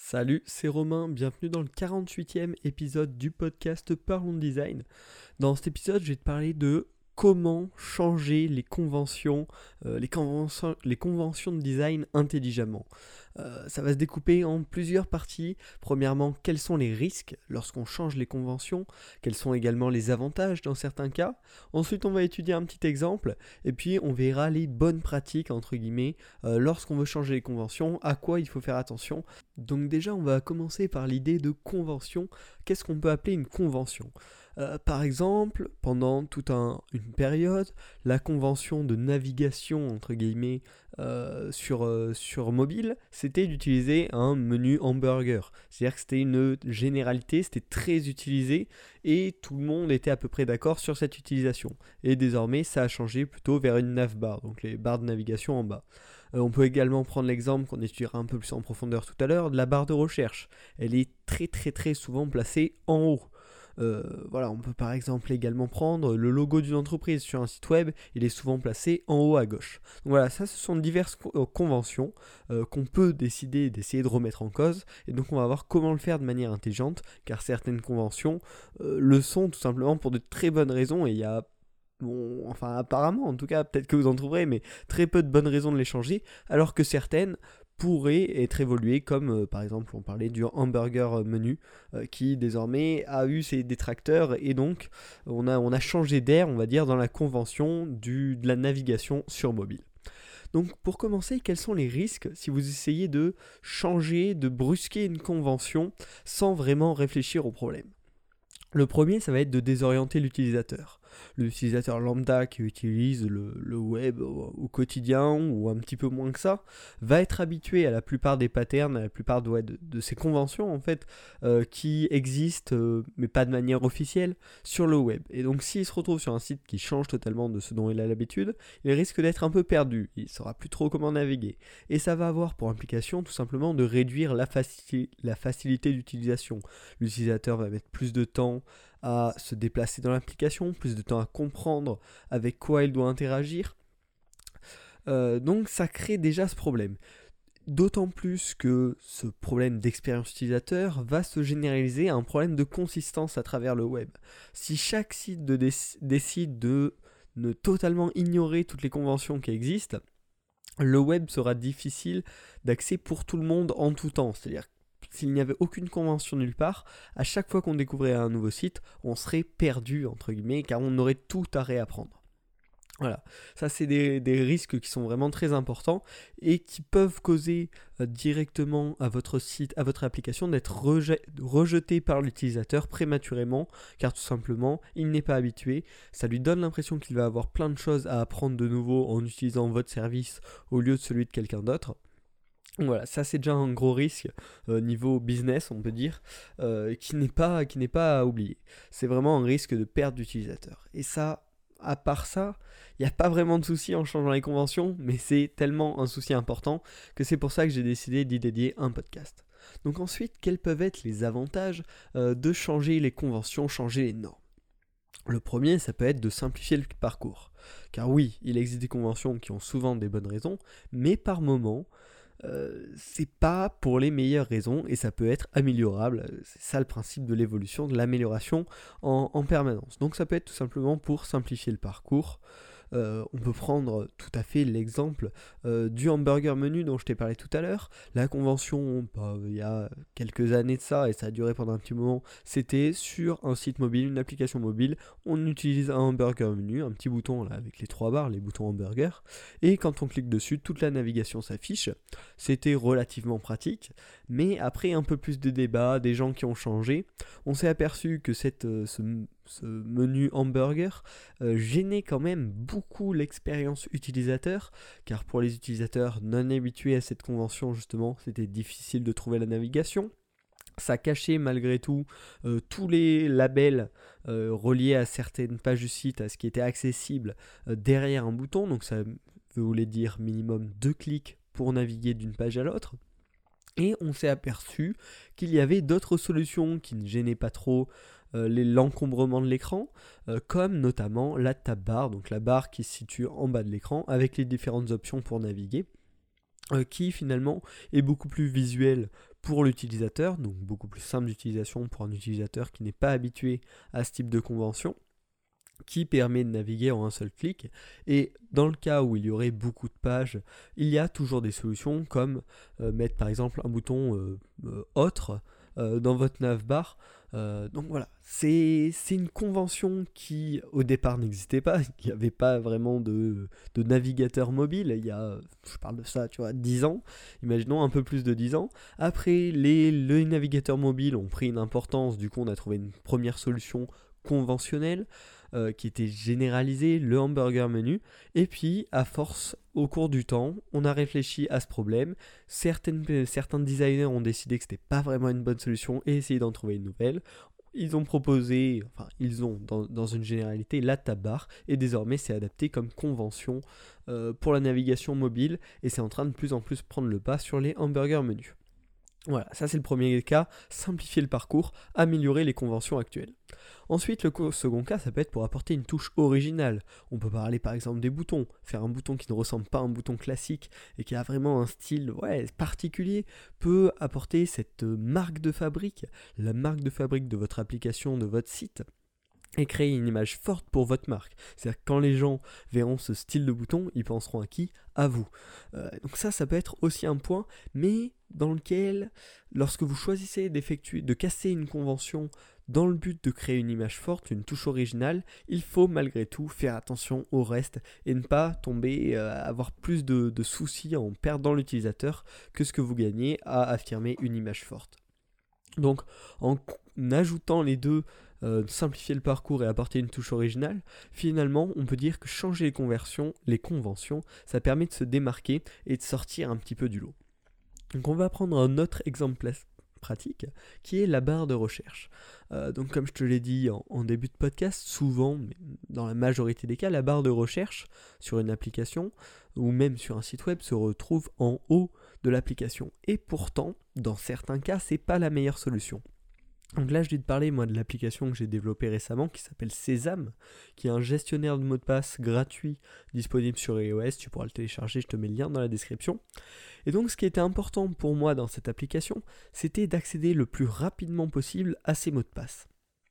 Salut, c'est Romain, bienvenue dans le 48e épisode du podcast Parlons Design. Dans cet épisode, je vais te parler de comment changer les conventions de design intelligemment. Ça va se découper en plusieurs parties. Premièrement, quels sont les risques lorsqu'on change les conventions, quels sont également les avantages dans certains cas. Ensuite, on va étudier un petit exemple, et puis on verra les bonnes pratiques, entre guillemets, lorsqu'on veut changer les conventions, à quoi il faut faire attention. Donc déjà, on va commencer par l'idée de convention. Qu'est-ce qu'on peut appeler une convention ? Par exemple, pendant toute une période, la convention de navigation, entre guillemets, sur mobile, c'était d'utiliser un menu hamburger. C'est-à-dire que c'était une généralité, c'était très utilisé, et tout le monde était à peu près d'accord sur cette utilisation. Et désormais, ça a changé plutôt vers une navbar, donc les barres de navigation en bas. On peut également prendre l'exemple qu'on étudiera un peu plus en profondeur tout à l'heure, de la barre de recherche. Elle est très souvent placée en haut. On peut par exemple également prendre le logo d'une entreprise sur un site web, il est souvent placé en haut à gauche. Donc voilà, ça ce sont diverses conventions qu'on peut décider d'essayer de remettre en cause, et donc on va voir comment le faire de manière intelligente, car certaines conventions le sont tout simplement pour de très bonnes raisons, et il y a apparemment, en tout cas, peut-être que vous en trouverez, mais très peu de bonnes raisons de les changer, alors que certaines pourraient être évoluées, comme par exemple on parlait du hamburger menu, qui désormais a eu ses détracteurs, et donc on a changé d'air, on va dire, dans la convention de la navigation sur mobile. Donc pour commencer, quels sont les risques si vous essayez de changer, de brusquer une convention sans vraiment réfléchir au problème ? Le premier, ça va être de désorienter l'utilisateur. L'utilisateur lambda qui utilise le web au quotidien, ou un petit peu moins que ça, va être habitué à la plupart des patterns, à la plupart de ces conventions en fait, qui existent, mais pas de manière officielle, sur le web. Et donc s'il se retrouve sur un site qui change totalement de ce dont il a l'habitude, il risque d'être un peu perdu, il ne saura plus trop comment naviguer. Et ça va avoir pour implication tout simplement de réduire la facilité d'utilisation. L'utilisateur va mettre plus de temps à se déplacer dans l'application, plus de temps à comprendre avec quoi il doit interagir. Donc ça crée déjà ce problème. D'autant plus que ce problème d'expérience utilisateur va se généraliser à un problème de consistance à travers le web. Si chaque site décide de ne totalement ignorer toutes les conventions qui existent, le web sera difficile d'accès pour tout le monde en tout temps. C'est-à-dire s'il n'y avait aucune convention nulle part, à chaque fois qu'on découvrait un nouveau site, on serait perdu, entre guillemets, car on aurait tout à réapprendre. Voilà, ça c'est des risques qui sont vraiment très importants et qui peuvent causer directement à votre site, à votre application, d'être rejeté par l'utilisateur prématurément, car tout simplement il n'est pas habitué. Ça lui donne l'impression qu'il va avoir plein de choses à apprendre de nouveau en utilisant votre service au lieu de celui de quelqu'un d'autre. Voilà, ça c'est déjà un gros risque niveau business, on peut dire, qui n'est pas à oublier. C'est vraiment un risque de perte d'utilisateur. Et ça, à part ça, il n'y a pas vraiment de souci en changeant les conventions, mais c'est tellement un souci important que c'est pour ça que j'ai décidé d'y dédier un podcast. Donc ensuite, quels peuvent être les avantages de changer les conventions, changer les normes ? Le premier, ça peut être de simplifier le parcours. Car oui, il existe des conventions qui ont souvent des bonnes raisons, mais par moment, c'est pas pour les meilleures raisons et ça peut être améliorable. C'est ça le principe de l'évolution, de l'amélioration en permanence. Donc ça peut être tout simplement pour simplifier le parcours. On peut prendre tout à fait l'exemple du hamburger menu dont je t'ai parlé tout à l'heure. La convention, il y a quelques années de ça, et ça a duré pendant un petit moment, c'était sur un site mobile, une application mobile, on utilise un hamburger menu, un petit bouton là avec les 3 barres, les boutons hamburger, et quand on clique dessus, toute la navigation s'affiche. C'était relativement pratique, mais après un peu plus de débat, des gens qui ont changé, on s'est aperçu que ce menu hamburger gênait quand même beaucoup l'expérience utilisateur, car pour les utilisateurs non habitués à cette convention justement, c'était difficile de trouver la navigation. Ça cachait malgré tout tous les labels reliés à certaines pages du site, à ce qui était accessible derrière un bouton, donc ça voulait dire minimum 2 clics pour naviguer d'une page à l'autre. Et on s'est aperçu qu'il y avait d'autres solutions qui ne gênaient pas trop l'encombrement de l'écran, comme notamment la tab bar, donc la barre qui se situe en bas de l'écran avec les différentes options pour naviguer. qui finalement est beaucoup plus visuel pour l'utilisateur, donc beaucoup plus simple d'utilisation pour un utilisateur qui n'est pas habitué à ce type de convention, qui permet de naviguer en un seul clic. Et dans le cas où il y aurait beaucoup de pages, il y a toujours des solutions comme mettre par exemple un bouton autre dans votre navbar. Donc voilà, c'est une convention qui au départ n'existait pas, il n'y avait pas vraiment de navigateur mobile, il y a, je parle de ça, tu vois, 10 ans, imaginons un peu plus de 10 ans. Après, les navigateurs mobiles ont pris une importance, du coup on a trouvé une première solution conventionnelle, qui était généralisé, le hamburger menu, et puis à force, au cours du temps, on a réfléchi à ce problème, certains designers ont décidé que c'était pas vraiment une bonne solution et essayé d'en trouver une nouvelle. Ils ont proposé, enfin ils ont dans une généralité la tab bar, et désormais c'est adapté comme convention pour la navigation mobile, et c'est en train de plus en plus prendre le pas sur les hamburger menus. Voilà, ça c'est le premier cas, simplifier le parcours, améliorer les conventions actuelles. Ensuite, le second cas, ça peut être pour apporter une touche originale. On peut parler par exemple des boutons, faire un bouton qui ne ressemble pas à un bouton classique et qui a vraiment un style particulier, peut apporter cette marque de fabrique, la marque de fabrique de votre application, de votre site, et créer une image forte pour votre marque. C'est-à-dire que quand les gens verront ce style de bouton, ils penseront à qui ? À vous. Donc ça peut être aussi un point, mais dans lequel, lorsque vous choisissez de casser une convention dans le but de créer une image forte, une touche originale, il faut malgré tout faire attention au reste et ne pas tomber, avoir plus de soucis en perdant l'utilisateur que ce que vous gagnez à affirmer une image forte. Donc en ajoutant les deux, simplifier le parcours et apporter une touche originale, finalement on peut dire que changer les conventions, ça permet de se démarquer et de sortir un petit peu du lot. Donc on va prendre un autre exemple pratique qui est la barre de recherche. Donc comme je te l'ai dit en début de podcast, souvent, mais dans la majorité des cas, la barre de recherche sur une application ou même sur un site web se retrouve en haut de l'application. Et pourtant, dans certains cas, c'est pas la meilleure solution. Donc là, je vais te parler moi de l'application que j'ai développée récemment qui s'appelle Sésame, qui est un gestionnaire de mots de passe gratuit disponible sur iOS. Tu pourras le télécharger, je te mets le lien dans la description. Et donc ce qui était important pour moi dans cette application, c'était d'accéder le plus rapidement possible à ces mots de passe.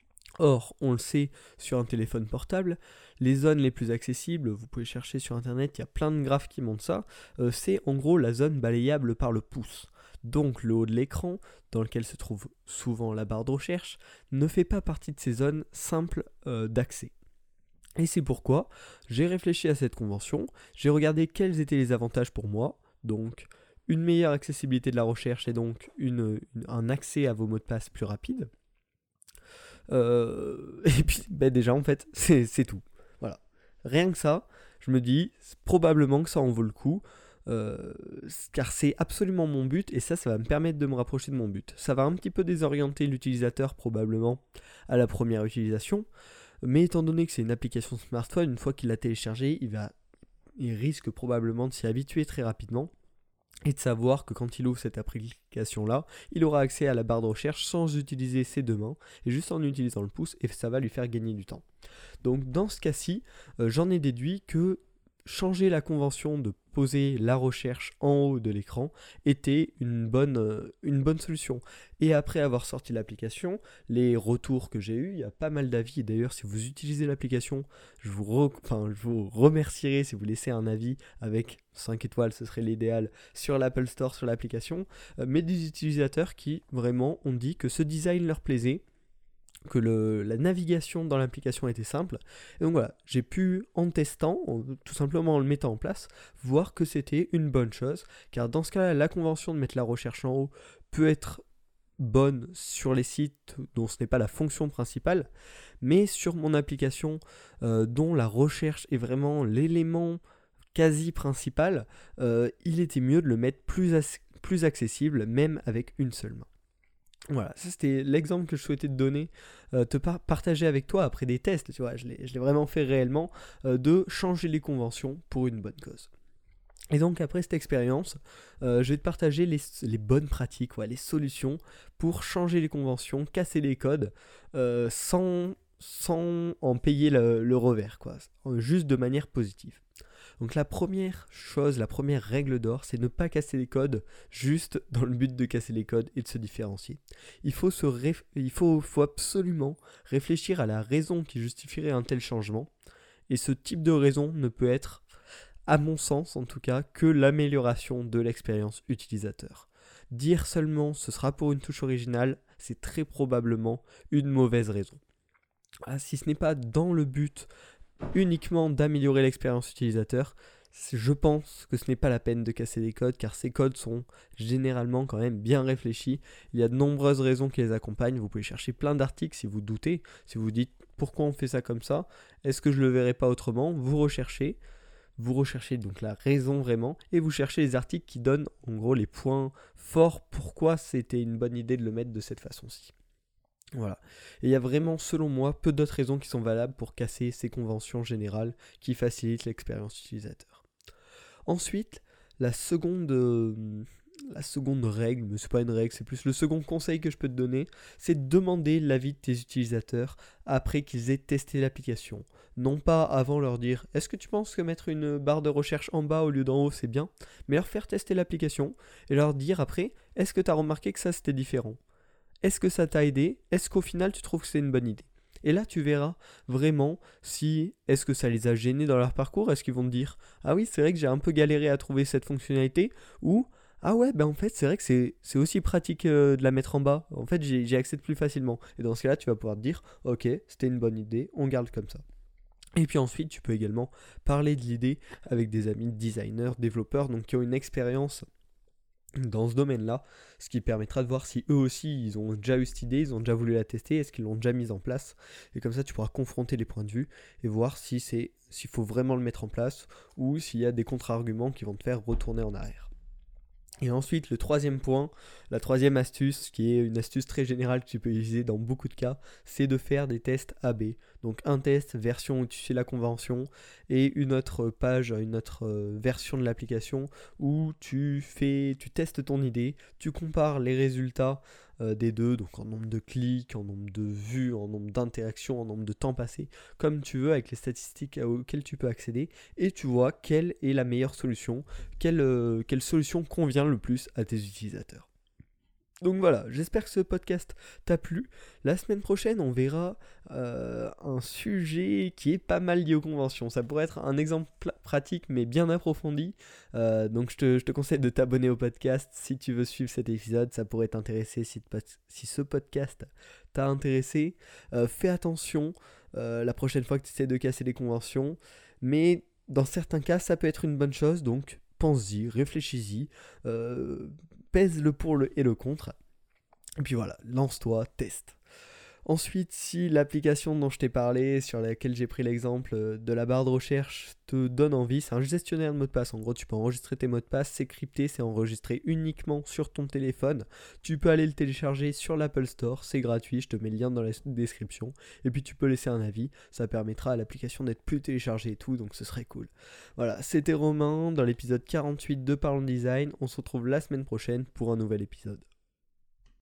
Or, on le sait, sur un téléphone portable, les zones les plus accessibles, vous pouvez chercher sur internet, il y a plein de graphes qui montrent ça, c'est en gros la zone balayable par le pouce. Donc le haut de l'écran, dans lequel se trouve souvent la barre de recherche, ne fait pas partie de ces zones simples d'accès. Et c'est pourquoi j'ai réfléchi à cette convention, j'ai regardé quels étaient les avantages pour moi, donc une meilleure accessibilité de la recherche et donc un accès à vos mots de passe plus rapide. Et puis déjà en fait c'est tout. Voilà. Rien que ça, je me dis probablement que ça en vaut le coup. Car c'est absolument mon but et ça va me permettre de me rapprocher de mon but. Ça va un petit peu désorienter l'utilisateur probablement à la première utilisation, mais étant donné que c'est une application smartphone, une fois qu'il l'a téléchargée, il risque probablement de s'y habituer très rapidement et de savoir que quand il ouvre cette application-là, il aura accès à la barre de recherche sans utiliser ses deux mains et juste en utilisant le pouce, et ça va lui faire gagner du temps. Donc dans ce cas-ci, j'en ai déduit que changer la convention de poser la recherche en haut de l'écran était une bonne solution. Et après avoir sorti l'application, les retours que j'ai eus, il y a pas mal d'avis. Et d'ailleurs, si vous utilisez l'application, je vous remercierai si vous laissez un avis avec 5 étoiles, ce serait l'idéal, sur l'Apple Store, sur l'application. Mais des utilisateurs qui vraiment ont dit que ce design leur plaisait, que la navigation dans l'application était simple. Et donc voilà, j'ai pu, en testant, tout simplement en le mettant en place, voir que c'était une bonne chose, car dans ce cas-là, la convention de mettre la recherche en haut peut être bonne sur les sites dont ce n'est pas la fonction principale, mais sur mon application dont la recherche est vraiment l'élément quasi principal, il était mieux de le mettre plus accessible, même avec une seule main. Voilà, ça c'était l'exemple que je souhaitais te donner, partager avec toi après des tests, tu vois, je l'ai vraiment fait réellement, de changer les conventions pour une bonne cause. Et donc après cette expérience, je vais te partager les bonnes pratiques, les solutions pour changer les conventions, casser les codes, sans sans en payer le revers, quoi, juste de manière positive. Donc la première chose, la première règle d'or, c'est ne pas casser les codes juste dans le but de casser les codes et de se différencier. Faut absolument réfléchir à la raison qui justifierait un tel changement, et ce type de raison ne peut être, à mon sens en tout cas, que l'amélioration de l'expérience utilisateur. Dire seulement ce sera pour une touche originale, c'est très probablement une mauvaise raison. Si ce n'est pas dans le but uniquement d'améliorer l'expérience utilisateur, je pense que ce n'est pas la peine de casser les codes, car ces codes sont généralement quand même bien réfléchis. Il y a de nombreuses raisons qui les accompagnent. Vous pouvez chercher plein d'articles si vous doutez, si vous dites pourquoi on fait ça comme ça, est-ce que je le verrais pas autrement, vous recherchez donc la raison vraiment, et vous cherchez les articles qui donnent en gros les points forts pourquoi c'était une bonne idée de le mettre de cette façon-ci. Voilà. Et il y a vraiment, selon moi, peu d'autres raisons qui sont valables pour casser ces conventions générales qui facilitent l'expérience utilisateur. Ensuite, la seconde règle, mais c'est pas une règle, c'est plus le second conseil que je peux te donner, c'est de demander l'avis de tes utilisateurs après qu'ils aient testé l'application. Non pas avant leur dire « Est-ce que tu penses que mettre une barre de recherche en bas au lieu d'en haut c'est bien ?» mais leur faire tester l'application et leur dire après « Est-ce que tu as remarqué que ça c'était différent ? Est-ce que ça t'a aidé ? Est-ce qu'au final tu trouves que c'est une bonne idée ?» Et là tu verras vraiment si est-ce que ça les a gênés dans leur parcours, est-ce qu'ils vont te dire « Ah oui, c'est vrai que j'ai un peu galéré à trouver cette fonctionnalité » ou « Ah ouais, ben en fait c'est vrai que c'est aussi pratique de la mettre en bas, en fait j'y accède plus facilement. » Et dans ce cas-là tu vas pouvoir te dire « Ok, c'était une bonne idée, on garde comme ça. » Et puis ensuite tu peux également parler de l'idée avec des amis designers, développeurs, donc qui ont une expérience dans ce domaine-là, ce qui permettra de voir si eux aussi ils ont déjà eu cette idée, ils ont déjà voulu la tester, est-ce qu'ils l'ont déjà mise en place, et comme ça tu pourras confronter les points de vue et voir s'il faut vraiment le mettre en place ou s'il y a des contre-arguments qui vont te faire retourner en arrière. Et ensuite, le troisième point, la troisième astuce, qui est une astuce très générale que tu peux utiliser dans beaucoup de cas, c'est de faire des tests AB. Donc un test version où tu suis la convention et une autre page, une autre version de l'application où tu testes ton idée, tu compares les résultats des deux, donc en nombre de clics, en nombre de vues, en nombre d'interactions, en nombre de temps passé, comme tu veux avec les statistiques auxquelles tu peux accéder, et tu vois quelle est la meilleure solution, quelle solution convient le plus à tes utilisateurs. Donc voilà, j'espère que ce podcast t'a plu. La semaine prochaine, on verra un sujet qui est pas mal lié aux conventions. Ça pourrait être un exemple pratique, mais bien approfondi. Donc je te conseille de t'abonner au podcast si tu veux suivre cet épisode. Ça pourrait t'intéresser si ce podcast t'a intéressé. Fais attention la prochaine fois que tu essaies de casser les conventions. Mais dans certains cas, ça peut être une bonne chose. Donc pense-y, réfléchis-y. Pèse le pour et le contre. Et puis voilà, lance-toi, teste. Ensuite, si l'application dont je t'ai parlé, sur laquelle j'ai pris l'exemple de la barre de recherche, te donne envie, c'est un gestionnaire de mots de passe. En gros, tu peux enregistrer tes mots de passe, c'est crypté, c'est enregistré uniquement sur ton téléphone. Tu peux aller le télécharger sur l'Apple Store, c'est gratuit, je te mets le lien dans la description. Et puis tu peux laisser un avis, ça permettra à l'application d'être plus téléchargée et tout, donc ce serait cool. Voilà, c'était Romain dans l'épisode 48 de Parlons Design. On se retrouve la semaine prochaine pour un nouvel épisode.